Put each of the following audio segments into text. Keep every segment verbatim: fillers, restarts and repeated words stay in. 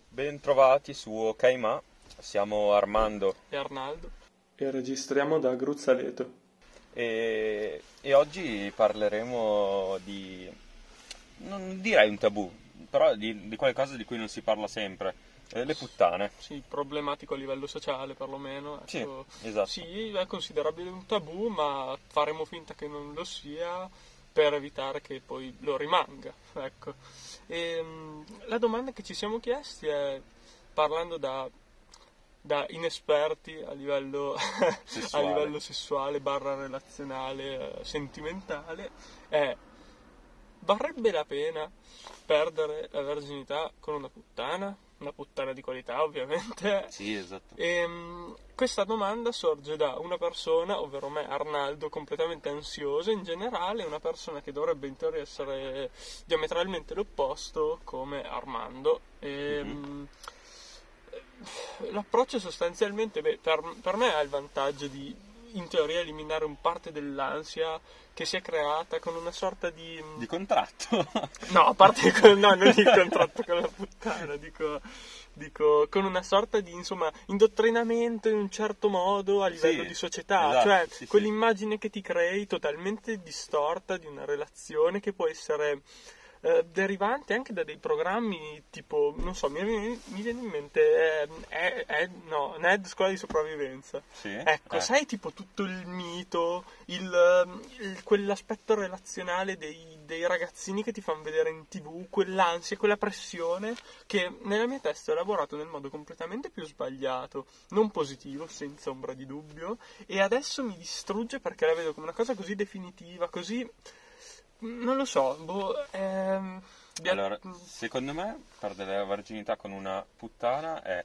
Ben trovati su Okaima, siamo Armando e Arnaldo. E registriamo da Gruzzaleto. e, e oggi parleremo di, non direi un tabù, però di, di qualcosa di cui non si parla sempre, eh, le puttane. Sì, problematico a livello sociale perlomeno. Sì, Ecco. esatto. Sì, è considerabile un tabù, ma faremo finta che non lo sia per evitare che poi lo rimanga. Ecco. E, mh, la domanda che ci siamo chiesti è, parlando da, da inesperti a livello a Sessuale. livello sessuale, barra relazionale, eh, sentimentale, è: varrebbe la pena perdere la verginità con una puttana? Una puttana di qualità, ovviamente. Sì, esatto. E, mh, questa domanda sorge da una persona, ovvero me, Arnaldo, completamente ansioso in generale, una persona che dovrebbe in teoria essere diametralmente l'opposto, come Armando. E, Mhm. mh, l'approccio sostanzialmente, beh, per, per me ha il vantaggio di, in teoria, eliminare un parte dell'ansia che si è creata con una sorta di... Di contratto. No, a parte con, no, non il contratto con la puttana, dico, dico con una sorta di, insomma, indottrinamento in un certo modo a livello Sì, di società, esatto, cioè sì, sì. quell'immagine che ti crei totalmente distorta di una relazione che può essere eh, derivante anche da dei programmi tipo, non so, mi viene, mi viene in mente eh, eh, eh, no, Ned Scuola di Sopravvivenza. Sì? Ecco, Eh. sai, tipo tutto il mito, il, ehm, il- quell'aspetto relazionale dei, dei ragazzini che ti fanno vedere in tv, quell'ansia, quella pressione che nella mia testa è elaborato nel modo completamente più sbagliato, non positivo, senza ombra di dubbio, e adesso mi distrugge perché la vedo come una cosa così definitiva, così... non lo so, boh, ehm, vi- Allora, secondo me perdere la verginità con una puttana è,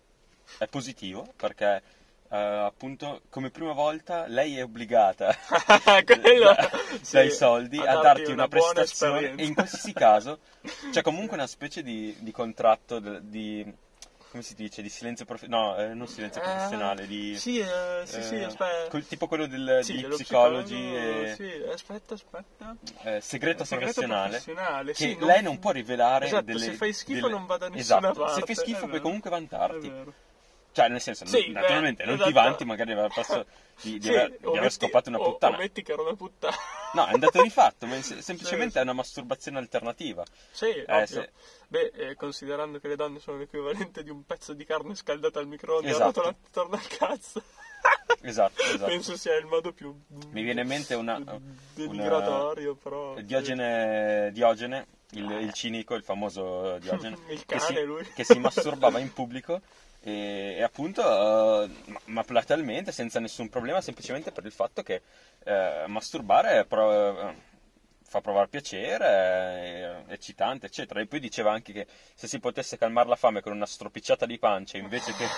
è positivo perché eh, appunto come prima volta lei è obbligata Quello, da- sì, dai soldi a a darti darti una una buona prestazione esperienza. e in qualsiasi caso c'è comunque una specie di, di contratto de- di, come si dice, di silenzio professionale, no, eh, non silenzio Eh, professionale, di... sì, eh, sì, sì, eh, aspetta. quel- tipo quello del, Sì, degli dello psicologi, psicologo, e, sì, aspetta, aspetta. eh, segreto, Segreto professionale, professionale, che sì, non- lei non può rivelare Esatto, delle... se fai schifo delle- non va da nessuna Esatto, se parte. fai schifo è puoi vero, comunque è vantarti. vero. Cioè, nel senso, Sì, non- beh, naturalmente, non ti esatto. vanti magari di aver, perso- di, di Sì, aver, di aver ometti- scopato una o- puttana. Ometti che era una puttana. No, è un dato di fatto, ma è se- semplicemente Sì, è una masturbazione alternativa. sì, Eh, ovvio. se- Beh, eh, considerando che le donne sono l'equivalente di un pezzo di carne scaldata al microonde e Esatto. arrotolata attorno al cazzo. Esatto, esatto. Penso sia il modo più Mi viene in mente una... denigratorio, però. una- sì. Diogene, Diogene il, il cinico, il famoso Diogene, Il che, si, cane, lui. che si masturbava in pubblico e, e appunto, eh, ma, ma platealmente, senza nessun problema, semplicemente per il fatto che eh, masturbare pro- fa provare piacere, è, è eccitante, eccetera. E poi diceva anche che se si potesse calmare la fame con una stropicciata di pancia invece che...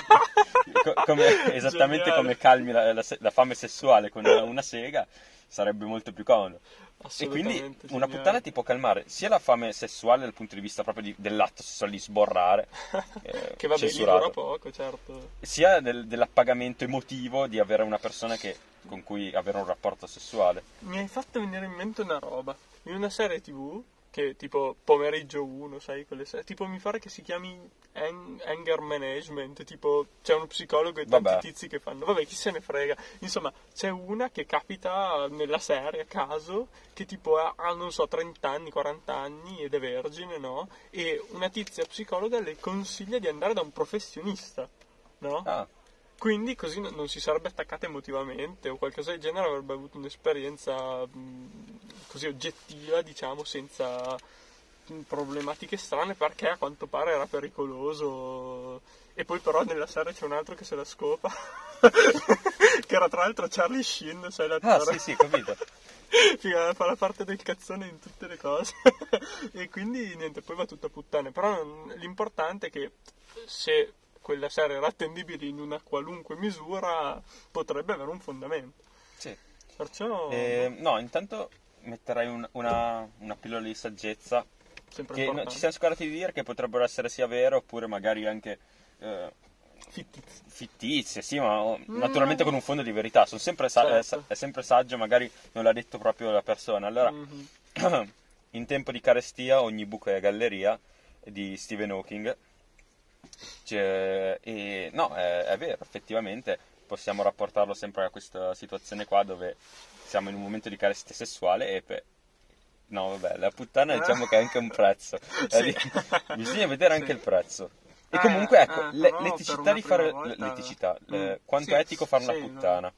co- come- esattamente Geniale. come calmi la, la se- la fame sessuale con una, una sega, sarebbe molto più comodo. E quindi Assolutamente una geniale. puttana ti può calmare sia la fame sessuale dal punto di vista proprio di- dell'atto sessuale di sborrare, eh, Che vabbè, lì censurato, dura poco, certo. sia del- dell'appagamento emotivo di avere una persona che- con cui avere un rapporto sessuale. Mi hai fatto venire in mente una roba. In una serie tv, che tipo Pomeriggio uno, sai, quelle serie, tipo mi pare che si chiami Ang- Anger Management, tipo c'è uno psicologo e tanti Vabbè. tizi che fanno, vabbè, chi se ne frega. Insomma, c'è una che capita nella serie a caso, che tipo ha, ha, non so, trenta anni, quaranta anni ed è vergine, no? E una tizia psicologa le consiglia di andare da un professionista, no? Ah, Quindi così non non si sarebbe attaccata emotivamente o qualcosa del genere, avrebbe avuto un'esperienza mh, così oggettiva, diciamo, senza mh, problematiche strane, perché a quanto pare era pericoloso. E poi però nella serie c'è un altro che se la scopa, che era tra l'altro Charlie Sheen, sai ah l'attore? sì, sì, capito. Figa, fa la parte del cazzone in tutte le cose. E quindi niente, poi va tutto a puttane. Però non- l'importante è che se quella serie era attendibile in una qualunque misura, potrebbe avere un fondamento. Sì. Perciò Eh, no, intanto metterei un- una, una pillola di saggezza sempre che no, importante. ci siamo scordati di dire che potrebbero essere sia vere oppure magari anche eh, Fittizio. fittizie, sì, ma oh, naturalmente con un fondo di verità. Sono sempre sa- Certo. è, sa- è sempre saggio, magari non l'ha detto proprio la persona. Allora, Mhm. in tempo di carestia ogni buco è galleria di Stephen Hawking. Cioè, e no, è, è vero, effettivamente possiamo rapportarlo sempre a questa situazione qua dove siamo in un momento di carestia sessuale e pe- no, vabbè, la puttana diciamo che è anche un prezzo. Sì. Eh, bisogna vedere anche Sì. il prezzo. E Eh, comunque, ecco, eh, le- però l'eticità per di una fare... prima volta- L'eticità, Mm, eh, quanto sì, è etico fare sì, una no. puttana?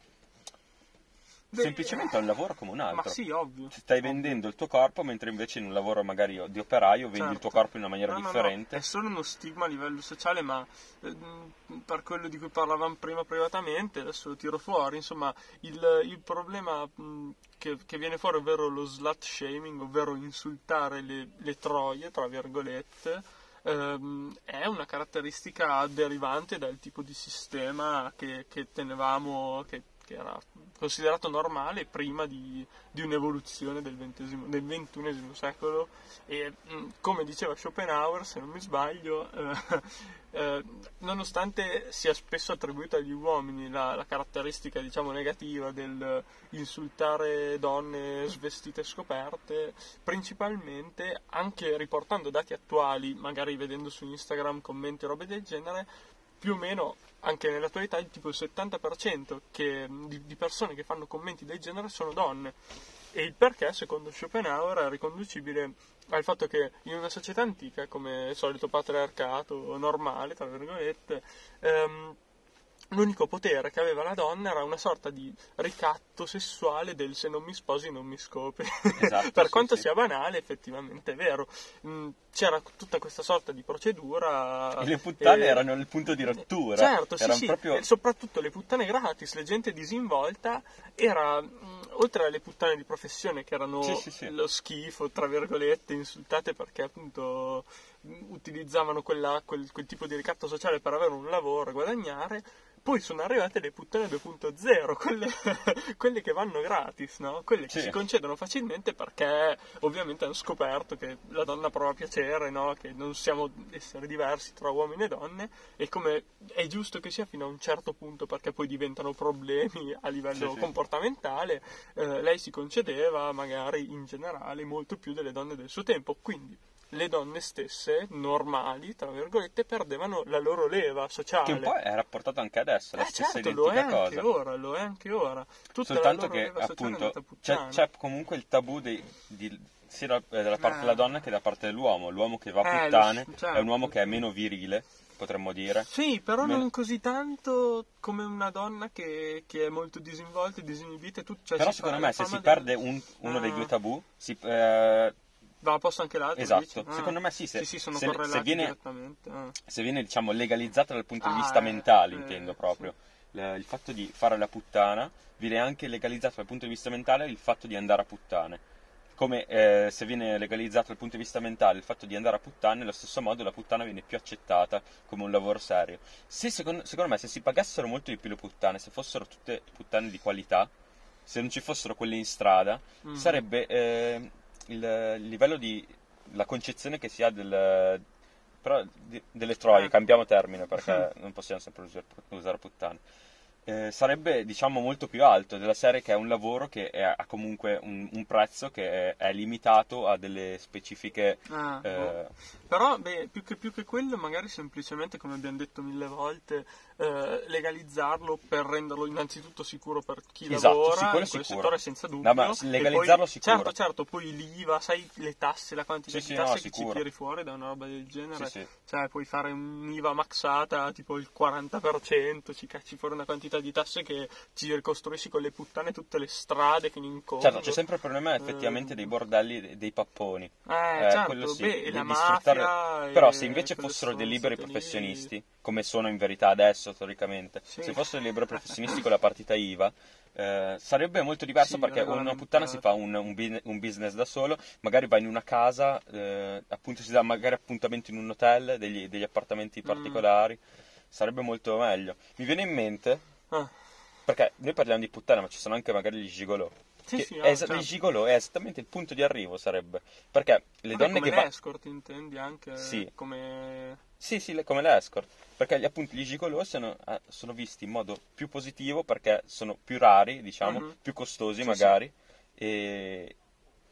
Beh, Semplicemente è un lavoro come un altro. Ma sì, ovvio. Stai vendendo il tuo corpo, mentre invece in un lavoro magari di operaio vendi il tuo Certo. corpo in una maniera No, no, no, differente. è solo uno stigma a livello sociale, ma ehm, per quello di cui parlavamo prima privatamente, adesso lo tiro fuori, insomma, il, il problema mh, che, che viene fuori, ovvero lo slut shaming, ovvero insultare le, le troie, tra virgolette, ehm, è una caratteristica derivante dal tipo di sistema che, che tenevamo, che, che era considerato normale prima di, di un'evoluzione del, ventesimo, del ventunesimo secolo e mh, come diceva Schopenhauer, se non mi sbaglio, eh, eh, nonostante sia spesso attribuita agli uomini la, la caratteristica diciamo negativa del insultare donne svestite e scoperte, principalmente anche riportando dati attuali, magari vedendo su Instagram commenti o robe del genere, più o meno anche nell'attualità il tipo il settanta per cento che, di, di persone che fanno commenti del genere sono donne. E il perché, secondo Schopenhauer, è riconducibile al fatto che in una società antica, come il solito patriarcato normale, tra virgolette, ehm, l'unico potere che aveva la donna era una sorta di ricatto sessuale del se non mi sposi non mi scopri. Esatto, Per sì, quanto sì. sia banale, effettivamente è vero. Mm, C'era tutta questa sorta di procedura. E le puttane e- erano il punto di rottura. Certo, sì, Erano sì. proprio... E soprattutto le puttane gratis, la gente disinvolta era, mh, oltre alle puttane di professione che erano Sì, sì, sì. lo schifo, tra virgolette, insultate perché appunto mh, utilizzavano quella- quel, quel tipo di ricatto sociale per avere un lavoro e guadagnare. Poi sono arrivate le puttane due punto zero, quelle, quelle che vanno gratis, no? Quelle che Sì. si concedono facilmente perché ovviamente hanno scoperto che la donna prova piacere, no? Che non siamo esseri diversi tra uomini e donne e come è giusto che sia fino a un certo punto perché poi diventano problemi a livello Sì, sì. comportamentale, eh, lei si concedeva magari in generale molto più delle donne del suo tempo, quindi le donne stesse, normali, tra virgolette, perdevano la loro leva sociale. Che un po' è rapportato anche adesso, la Eh stessa certo, lo è identica anche cosa. ora, lo è anche ora. Tutta Soltanto la loro che leva sociale è appunto andata a c'è, puttane. c'è comunque il tabù dei, di- sia da- eh, dalla parte Eh. della donna che da parte dell'uomo. L'uomo che va a Eh, puttane lo- certo. è un uomo che è meno virile, potremmo dire. Sì, però Meno- non così tanto come una donna che, che è molto disinvolta e disinibita. e Tutto, cioè Però si secondo fa- me la se si fama perde del- un- uno dei Ah. due tabù, si, eh, Va a posto anche l'altro, esatto, dici? Ah. secondo me sì, se, Sì, sì, sono se- correlati se viene, direttamente. ah. se viene diciamo legalizzata dal punto di Ah, vista eh, mentale, eh, intendo sì. proprio, l- il fatto di fare la puttana, viene anche legalizzato dal punto di vista mentale il fatto di andare a puttane. Come eh, se viene legalizzato dal punto di vista mentale il fatto di andare a puttane, nello stesso modo la puttana viene più accettata come un lavoro serio. Se secondo, secondo me se si pagassero molto di più le puttane, se fossero tutte puttane di qualità, se non ci fossero quelle in strada, Mm. sarebbe eh, il, il livello di la concezione che si ha del, però, di- delle troie, Eh. cambiamo termine perché non possiamo sempre usare, usare puttane. Eh, sarebbe diciamo molto più alto della serie che è un lavoro che è- ha comunque un, un prezzo che è, è limitato a delle specifiche Ah, eh, boh. Però, beh, più che, più che quello, magari semplicemente, come abbiamo detto mille volte, eh, legalizzarlo per renderlo innanzitutto sicuro per chi Esatto, lavora sì, quello in quel sicuro. settore senza dubbio. No, ma e legalizzarlo poi, sicuro. Certo, certo, poi l'I V A, sai, le tasse, la quantità Sì, di sì, no, tasse che sicuro. ci tiri fuori da una roba del genere. Sì, sì. Cioè, puoi fare un'I V A maxata, tipo il quaranta per cento, ci cacci fuori una quantità di tasse che ci ricostruisci con le puttane tutte le strade fino in Congo. Certo, c'è sempre il problema effettivamente Eh, dei bordelli e dei papponi. Eh, Eh, certo, quello sì, beh, di- la di sfruttare- mafia Però e se invece quelle fossero dei liberi stronzate lì. professionisti, come sono in verità adesso storicamente, Sì. se fossero dei liberi professionisti con la partita I V A, eh, sarebbe molto diverso Sì, perché una regolamentati. puttana si fa un, un bin- un business da solo, magari va in una casa, eh, appunto si dà magari appuntamento in un hotel, degli, degli appartamenti Mm. particolari, sarebbe molto meglio. Mi viene in mente, Ah, perché noi parliamo di puttana, ma ci sono anche magari gli gigolò. sì, Che sì, è ah, es- certo. il gigolò è esattamente il punto di arrivo, sarebbe. Perché le Vabbè, donne come che va... l'escort intendi anche Sì. come... Sì, sì, le- come l'escort. Perché gli, appunto gli gigolò sono, eh, sono visti in modo più positivo perché sono più rari, diciamo, Mhm. più costosi Sì, magari. E,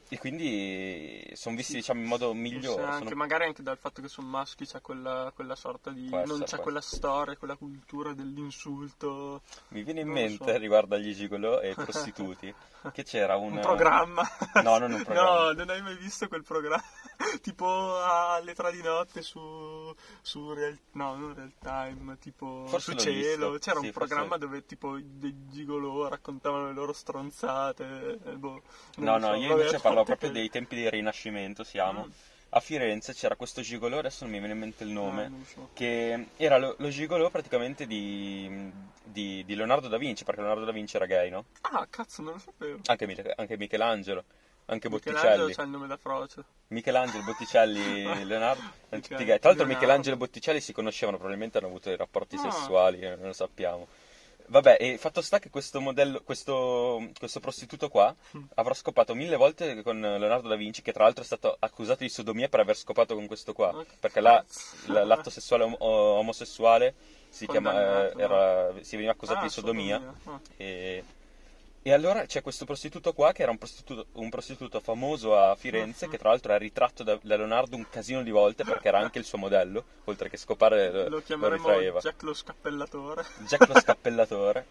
e quindi sono visti, Sì. diciamo, in modo Forse migliore. anche, sono- magari anche dal fatto che sono maschi c'è quella, quella sorta di... Può non essere, c'è può quella storia, quella cultura dell'insulto. Mi viene in Non lo mente, so. riguardo agli gigolò e ai prostituti, che c'era un... Un programma. No, non un programma. No, non hai mai visto quel programma? Tipo alle tre di notte su, su real, no, non Real Time, tipo Forse su l'ho Cielo. visto. C'era Sì, un forse- programma dove tipo dei gigolò raccontavano le loro stronzate. eh, boh, non No, lo no, so. io Vabbè, invece a parlavo parte proprio quello. dei tempi del Rinascimento, siamo. Mm. A Firenze c'era questo gigolò, adesso non mi viene in mente il nome, Ah, non so. che era lo, lo gigolò praticamente di, di, di Leonardo da Vinci, perché Leonardo da Vinci era gay, no? Ah, cazzo, non lo sapevo. Anche, Mich- anche Michelangelo, anche Michelangelo Botticelli. c'ha il nome da frocio. Michelangelo, Botticelli, Leonardo, erano tutti Michele- gay. Tra l'altro Leonardo. Michelangelo e Botticelli si conoscevano, probabilmente hanno avuto dei rapporti Ah. sessuali, eh, non lo sappiamo. Vabbè, e fatto sta che questo modello, questo, questo prostituto qua Mm. avrà scopato mille volte con Leonardo da Vinci, che tra l'altro è stato accusato di sodomia per aver scopato con questo qua, Ma che perché là cazzo? l- l'atto sessuale om- o- omosessuale si, chiama, eh, Condannato, era, si veniva accusato Ah, di sodomia. sodomia. Ah. E, e allora c'è questo prostituto qua che era un prostituto, un prostituto famoso a Firenze, Mhm. che tra l'altro è ritratto da, da Leonardo un casino di volte perché era anche il suo modello, oltre che scopare lo, Lo lo chiameremo ritraeva. Jack lo scappellatore. Jack lo scappellatore.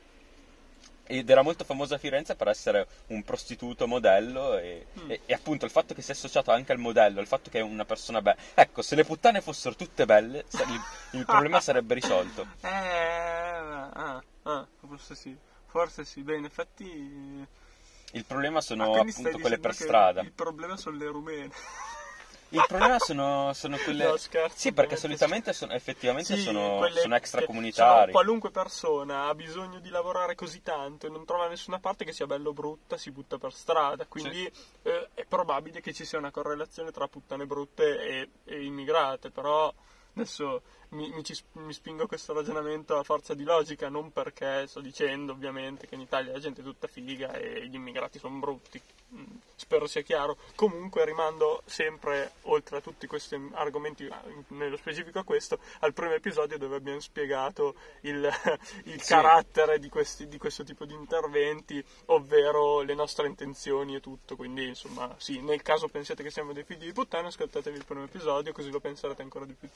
Ed era molto famoso a Firenze per essere un prostituto modello e, Mm. e- e appunto il fatto che sia associato anche al modello, il fatto che è una persona bella. Ecco, se le puttane fossero tutte belle, sa- il, il problema sarebbe risolto. Eh, ah, ah, forse sì. Forse sì. Beh, in effetti... Il problema Ah, sono quindi stai appunto quelle per dicendo che strada. Il problema sono le rumene. Il problema sono, sono quelle... No, scherzo, Sì, perché ovviamente solitamente sono, effettivamente Sì, sono, quelle sono che- extracomunitari. sono qualunque persona ha bisogno di lavorare così tanto e non trova nessuna parte che sia bello o brutta, si butta per strada. Quindi eh, è probabile che ci sia una correlazione tra puttane brutte e, e immigrate, però adesso mi, mi ci- mi spingo questo ragionamento a forza di logica, non perché sto dicendo ovviamente che in Italia la gente è tutta figa e gli immigrati sono brutti. Mm, Spero sia chiaro. Comunque rimando sempre, oltre a tutti questi argomenti, nello specifico a questo, al primo episodio dove abbiamo spiegato il, il Sì. carattere di, questi, di questo tipo di interventi, ovvero le nostre intenzioni e tutto. Quindi, insomma, sì, nel caso pensiate che siamo dei figli di puttana, ascoltatevi il primo episodio, così lo penserete ancora di più.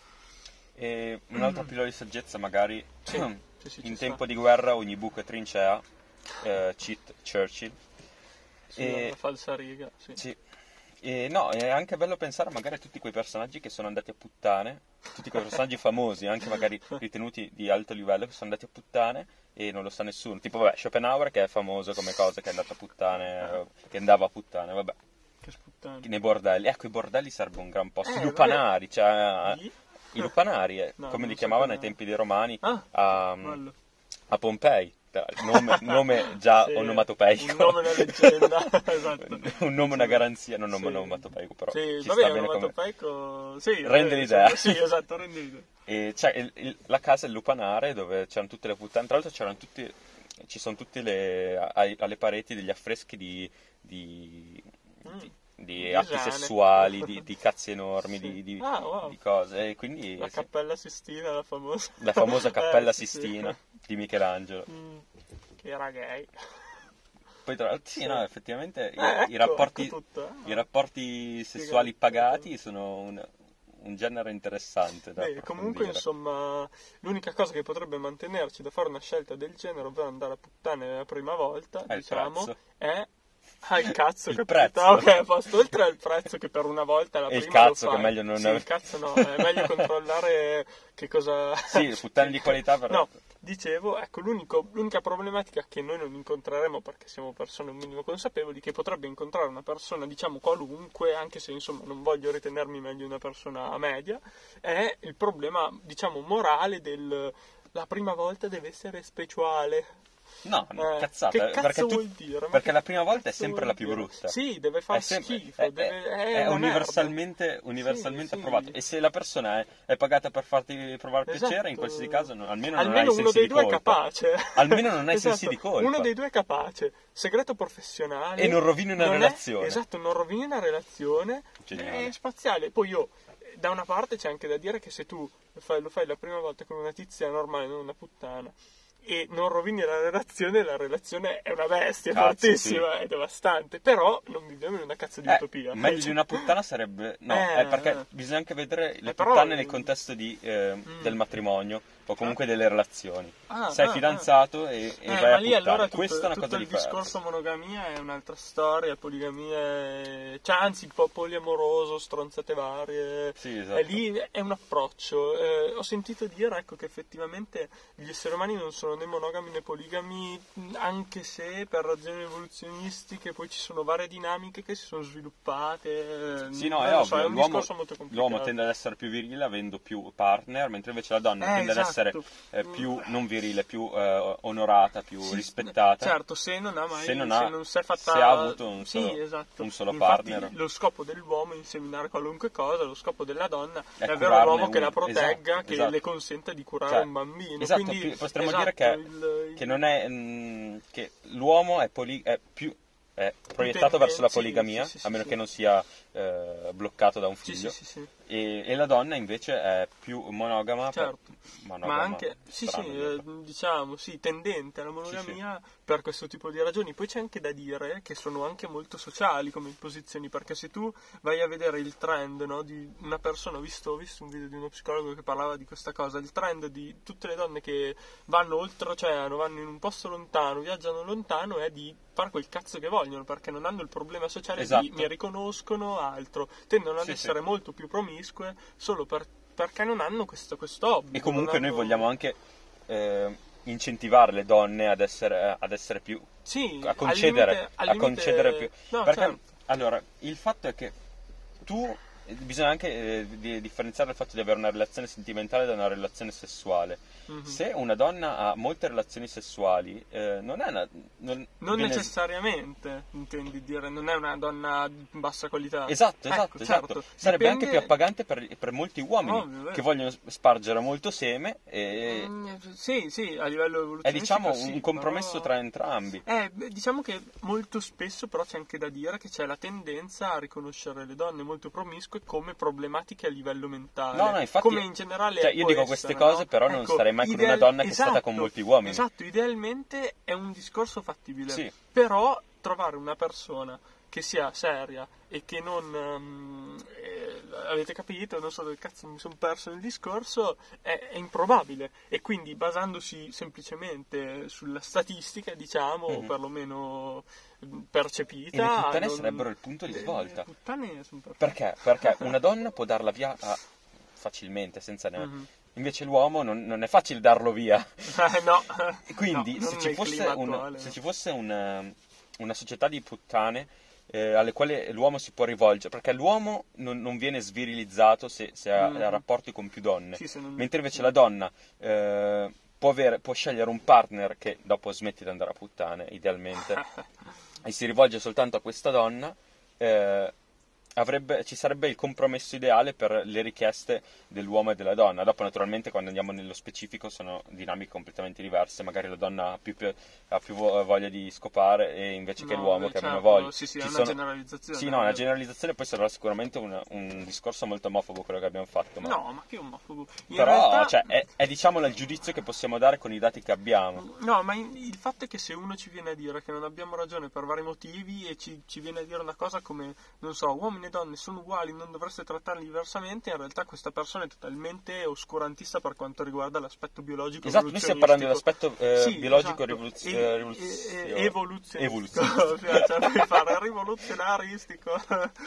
E un'altra pillola di saggezza magari, Sì, sì, sì, ci in sta. tempo di guerra ogni buco è trincea, eh, cheat Churchill. Sulla E- falsa riga, sì. Sì. E no, è anche bello pensare magari a tutti quei personaggi che sono andati a puttane, tutti quei personaggi famosi, anche magari ritenuti di alto livello, che sono andati a puttane e non lo sa nessuno. Tipo, vabbè, Schopenhauer che è famoso come cosa, che è andato a puttane, eh, che andava a puttane, vabbè. Che sputtana. Nei bordelli, ecco, i bordelli sarebbe un gran posto. Eh, I lupanari, cioè, Di? i lupanari, eh, No, come non li so chiamavano ai come- tempi dei romani, Ah, a, bello. a Pompei. Nome, nome già Sì, onomatopeico. un nome una leggenda, esatto. Un nome, una garanzia, non un Sì. nome onomatopeico, però Sì, ci vabbè, sta bene come... onomatopeico, sì, Rende vabbè, l'idea. insomma, Sì, esatto, rende l'idea. E c'è il- il- la casa il lupanare dove c'erano tutte le puttane. Tra l'altro c'erano tutti, ci sono tutte le, ai- alle pareti degli affreschi di, di, Mm. di- di Di atti Giane. sessuali, di, di cazzi enormi, Sì. di, di- Ah, wow. di cose. E quindi La sì, Cappella Sistina, la famosa. la famosa Cappella Eh, sì, sì. Sistina di Michelangelo. Mm, che era gay. Poi tra l'altro, sì, Sì. no, effettivamente i, Eh, ecco, i rapporti, ecco tutto, eh. i rapporti sessuali Spiegato. pagati sono un, un genere interessante da Beh, comunque, approfondire. insomma, l'unica cosa che potrebbe mantenerci da fare una scelta del genere, ovvero andare a puttane la prima volta, È il diciamo, prezzo. è... Ah, il cazzo, Il capito? prezzo. Ah, ok, a posto. Oltre al prezzo che per una volta la E il prima lo cazzo, che fai. è meglio non Sì, avere- il cazzo no, è meglio controllare che cosa... Sì, puttane di qualità però. No, dicevo, ecco, l'unico- l'unica problematica che noi non incontreremo, perché siamo persone un minimo consapevoli, che potrebbe incontrare una persona, diciamo, qualunque, anche se, insomma, non voglio ritenermi meglio di una persona media, è il problema, diciamo, morale del... La prima volta deve essere speciale. No, no, Eh, cazzata. che eh, cazzo perché, tu- vuol dire? Ma perché che la prima volta è cazzo sempre vuol la più dire? brutta. Sì, deve far È sempre- schifo, è, deve- è- è è una universalmente, universalmente Sì, sì. approvato. E se la persona è, è pagata per farti provare piacere, in Esatto. qualsiasi caso no- almeno, non hai Almeno sensi uno dei di due è colpa. capace. Almeno non hai Esatto, sensi di colpa. Uno dei due è capace. Segreto professionale. E non rovini una non è- relazione. esatto, non rovini una relazione. Geniale. È spaziale. Poi io, da una parte c'è anche da dire che se tu lo fai, lo fai la prima volta con una tizia normale, non una puttana, e non rovini la relazione, la relazione è una bestia, Cazzo, fortissima, sì. è devastante, però non viviamo in una cazzo di Eh, utopia. meglio di una puttana sarebbe... No, Eh, è perché eh. bisogna anche vedere le Eh, però- puttane nel contesto di, eh, Mm. del matrimonio o comunque delle relazioni. Ah, Sei ah, fidanzato e, e Eh, vai ma a lì puttane. allora tutto, Questa è una tutto cosa il differente. discorso monogamia è un'altra storia, poligamia è... cioè anzi un po' poliamoroso, stronzate varie. Sì, esatto. E lì è un approccio. Eh, ho sentito dire ecco che effettivamente gli esseri umani non sono né monogami né poligami, anche se per ragioni evoluzionistiche poi ci sono varie dinamiche che si sono sviluppate. Sì, no, Non è lo ovvio, so, è un l'uomo, discorso molto complicato. l'uomo tende ad essere più virile avendo più partner, mentre invece la donna Eh, tende ad essere esatto. eh, più non virile, più eh, onorata, più Sì, rispettata. certo, se non ha mai Se non ha- si è fatta se ha avuto un sì, solo- esatto. un solo Infatti, partner. lo scopo dell'uomo è inseminare qualunque cosa, lo scopo della donna È è, avere un curarne uomo che uno. la protegga, Esatto, che esatto. le consenta di curare Cioè, un bambino. esatto, Quindi, più- potremmo esatto, dire che, il- il- che non è mm, che l'uomo è, poli- è più è proiettato tendente, verso la sì, poligamia, sì, sì, a meno sì. che non sia eh, bloccato da un Sì, figlio, sì, sì, sì. E, e la donna invece è più monogama, per- Certo. monogama, Ma anche, sì, sì, strano eh, dirlo. diciamo, sì, tendente alla monogamia per questo tipo di ragioni. Poi c'è anche da dire che sono anche molto sociali come imposizioni, perché se tu vai a vedere il trend, no, di una persona, ho visto, ho visto un video di uno psicologo che parlava di questa cosa, il trend di tutte le donne che vanno oltreoceano, vanno in un posto lontano, viaggiano lontano, è di fare quel cazzo che vogliono, perché non hanno il problema sociale Esatto. di mi riconoscono, altro. Tendono ad Sì, essere sì. molto più promiscue solo per perché non hanno questo, questo obbligo. E comunque non noi hanno- vogliamo anche eh, incentivare le donne ad essere, ad essere più sì, a concedere, al limite- al a limite- concedere più. No, Perché certo. allora il fatto è che tu bisogna anche eh, di- differenziare il fatto di avere una relazione sentimentale da una relazione sessuale. Mhm. Se una donna ha molte relazioni sessuali, eh, non è una. Non, Non viene- necessariamente, intendi dire, non è una donna di bassa qualità. Esatto, esatto, Ecco, esatto. certo. Sarebbe Dipende- anche più appagante per, per molti uomini Ovvio, vero. che vogliono spargere molto seme e Mm, sì, sì, a livello è evoluzionistico diciamo sì, un compromesso però- tra entrambi. Eh, beh, diciamo che molto spesso però c'è anche da dire che c'è la tendenza a riconoscere le donne molto promiscue come problematiche a livello mentale. No, no, infatti- come in generale cioè, io può dico essere, queste cose, no? però non Ecco, starei mai con ideal- una donna che è stata esatto, con molti uomini. Esatto, idealmente è un discorso fattibile. Sì. Però trovare una persona che sia seria e che non ehm, eh, avete capito, non so dove cazzo mi sono perso nel discorso, è, è improbabile, e quindi basandosi semplicemente sulla statistica, diciamo, o Mhm. perlomeno mh, percepita, E le puttane non- sarebbero il punto di le- svolta. le puttane sono perfette. Perché? Perché una donna può darla via a- facilmente, senza ne... Mhm. Invece l'uomo non, non è facile darlo via. Eh, no. E quindi No, se, non ci nel fosse clima un- attuale, se no. ci fosse una, una società di puttane eh, alle quali l'uomo si può rivolgere, perché l'uomo non, non viene svirilizzato se, se ha, Mhm. ha rapporti con più donne, Sì, se non- mentre invece sì. la donna eh, può, avere, può scegliere un partner che dopo smetti di andare a puttane, idealmente, e si rivolge soltanto a questa donna, eh, avrebbe, ci sarebbe il compromesso ideale per le richieste dell'uomo e della donna. Dopo naturalmente quando andiamo nello specifico sono dinamiche completamente diverse, magari la donna ha più, più- ha più vo- voglia di scopare e invece che No, l'uomo beh, che ha meno certo, voglia. sì, sì, Ci è una sono- generalizzazione. Sì, no, una eh. generalizzazione, poi sarà sicuramente un, un discorso molto omofobo quello che abbiamo fatto, ma... No, ma che omofobo. In però realtà- cioè, è, è diciamo il giudizio che possiamo dare con i dati che abbiamo. No, ma in- il fatto è che se uno ci viene a dire che non abbiamo ragione per vari motivi e ci, ci viene a dire una cosa come, non so, uomini e donne sono uguali, non dovreste trattarli diversamente, in realtà questa persona è totalmente oscurantista per quanto riguarda l'aspetto biologico. Esatto, noi stiamo parlando dell'aspetto eh, Sì, biologico esatto. rivoluz- E- eh, e- rivoluz- e- evoluzionistico. evoluzionistico. Cioè, puoi fare rivoluzionaristico.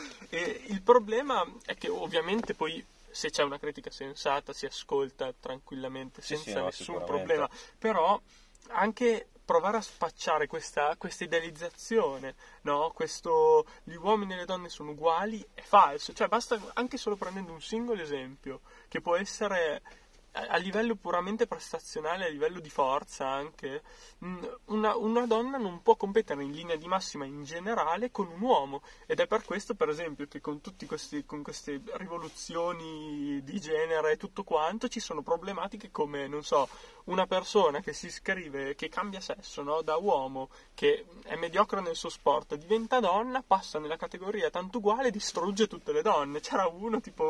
E il problema è che ovviamente poi se c'è una critica sensata si ascolta tranquillamente Sì, senza sì, no, nessun sicuramente. problema, però anche provare a spacciare questa, questa idealizzazione, no? Questo gli uomini e le donne sono uguali è falso, cioè basta anche solo prendendo un singolo esempio che può essere a a livello puramente prestazionale, a livello di forza anche, mh, una, una donna non può competere in linea di massima in generale con un uomo, ed è per questo per esempio che con tutti questi con queste rivoluzioni di genere e tutto quanto ci sono problematiche come, non so, una persona che si scrive, che cambia sesso, no? Da uomo, che è mediocre nel suo sport, diventa donna, passa nella categoria tanto uguale e distrugge tutte le donne. C'era uno tipo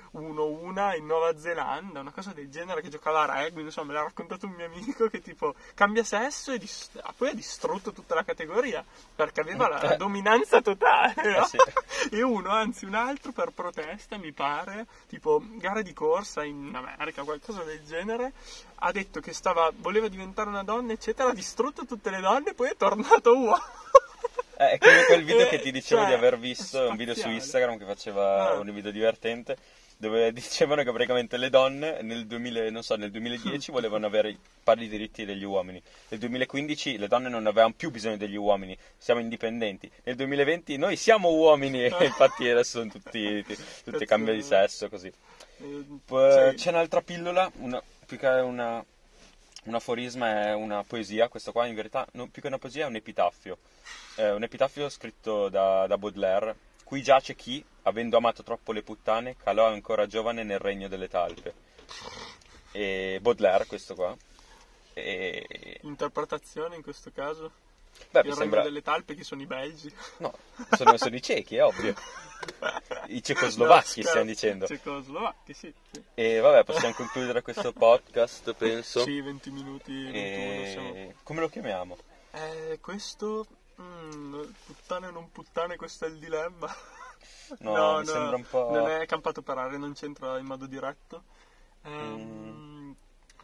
uno una in Nuova Zelanda, una cosa del genere, che giocava a rugby, non so, me l'ha raccontato un mio amico, che tipo cambia sesso e dis- ah, poi ha distrutto tutta la categoria perché aveva la, la dominanza totale, no? Eh sì. E uno, anzi un altro, per protesta mi pare, tipo gare di corsa in America, qualcosa del genere, ha detto che stava voleva diventare una donna eccetera, ha distrutto tutte le donne e poi è tornato uomo. Eh, è come quel video che ti Eh, dicevo cioè, di aver visto, un video su spaziale. Instagram che faceva Ah. un video divertente, dove dicevano che praticamente le donne nel duemila, non so, nel duemiladieci volevano avere i pari diritti degli uomini. Nel duemilaquindici le donne non avevano più bisogno degli uomini, siamo indipendenti. Nel duemilaventi noi siamo uomini e infatti adesso sono tutti, tutti cambio di sesso così. Eh, Poi sì. c'è un'altra pillola, una, più che una, un aforisma è una poesia, questo qua in verità non, più che una poesia è un epitaffio. È un epitaffio scritto da, da Baudelaire. Qui giace chi, avendo amato troppo le puttane, calò ancora giovane nel regno delle talpe. E Baudelaire, questo qua. E... Interpretazione in questo caso? Beh, Il mi regno sembra... delle talpe, chi sono i belgi? No, sono, sono i cechi, è ovvio. I cecoslovacchi, No, stiamo dicendo. Cecoslovacchi, sì. Sì, E vabbè, possiamo concludere questo podcast, penso. sì venti minuti, ventuno siamo. E... come lo chiamiamo? Eh, questo... mm, puttane o non puttane, questo è il dilemma. No, mi sembra un po'... Non è campato per aria, non c'entra in modo diretto. Ehm, Mm.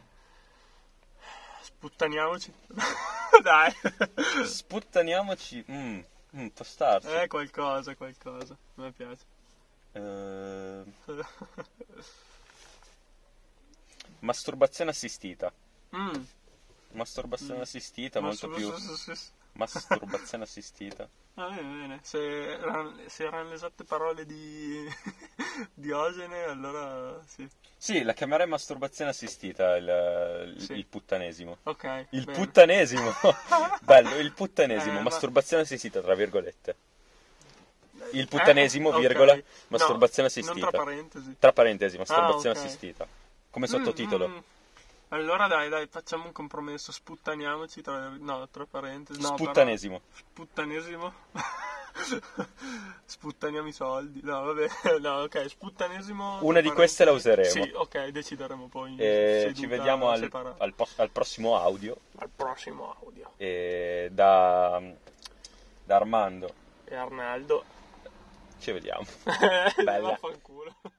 Sputtaniamoci. Dai. Sputtaniamoci. Mm, mm, può starci. Eh, qualcosa, qualcosa. A me piace. Eh, masturbazione assistita. Mm. Masturbazione assistita, molto Ma più. su- su- su- su- Masturbazione assistita. Ah, bene, bene. Se erano, se erano le esatte parole di Diogene, allora sì. Sì, la chiamerei masturbazione assistita il, il- Sì. il puttanesimo. Ok. Il bene. puttanesimo! Bello, il puttanesimo, Eh, ma- masturbazione assistita, tra virgolette. Il puttanesimo, Eh, ok. virgola, No, masturbazione non assistita. tra parentesi. Tra parentesi, masturbazione Ah, ok. assistita. Come sottotitolo. Mm, mm. Allora dai, dai, facciamo un compromesso. Sputtaniamoci tra, no, tra parentesi. No, Sputtanesimo. però- Sputtanesimo. Sputtaniamo i soldi. No, vabbè. No, ok, sputtanesimo. Una tra di queste la parentesi. useremo. Sì, ok, decideremo poi. in E seduta ci vediamo al, separata. al pos- al prossimo audio. Al prossimo audio. E da, da Armando E Arnaldo. ci vediamo. Bella. Bella. Vaffanculo.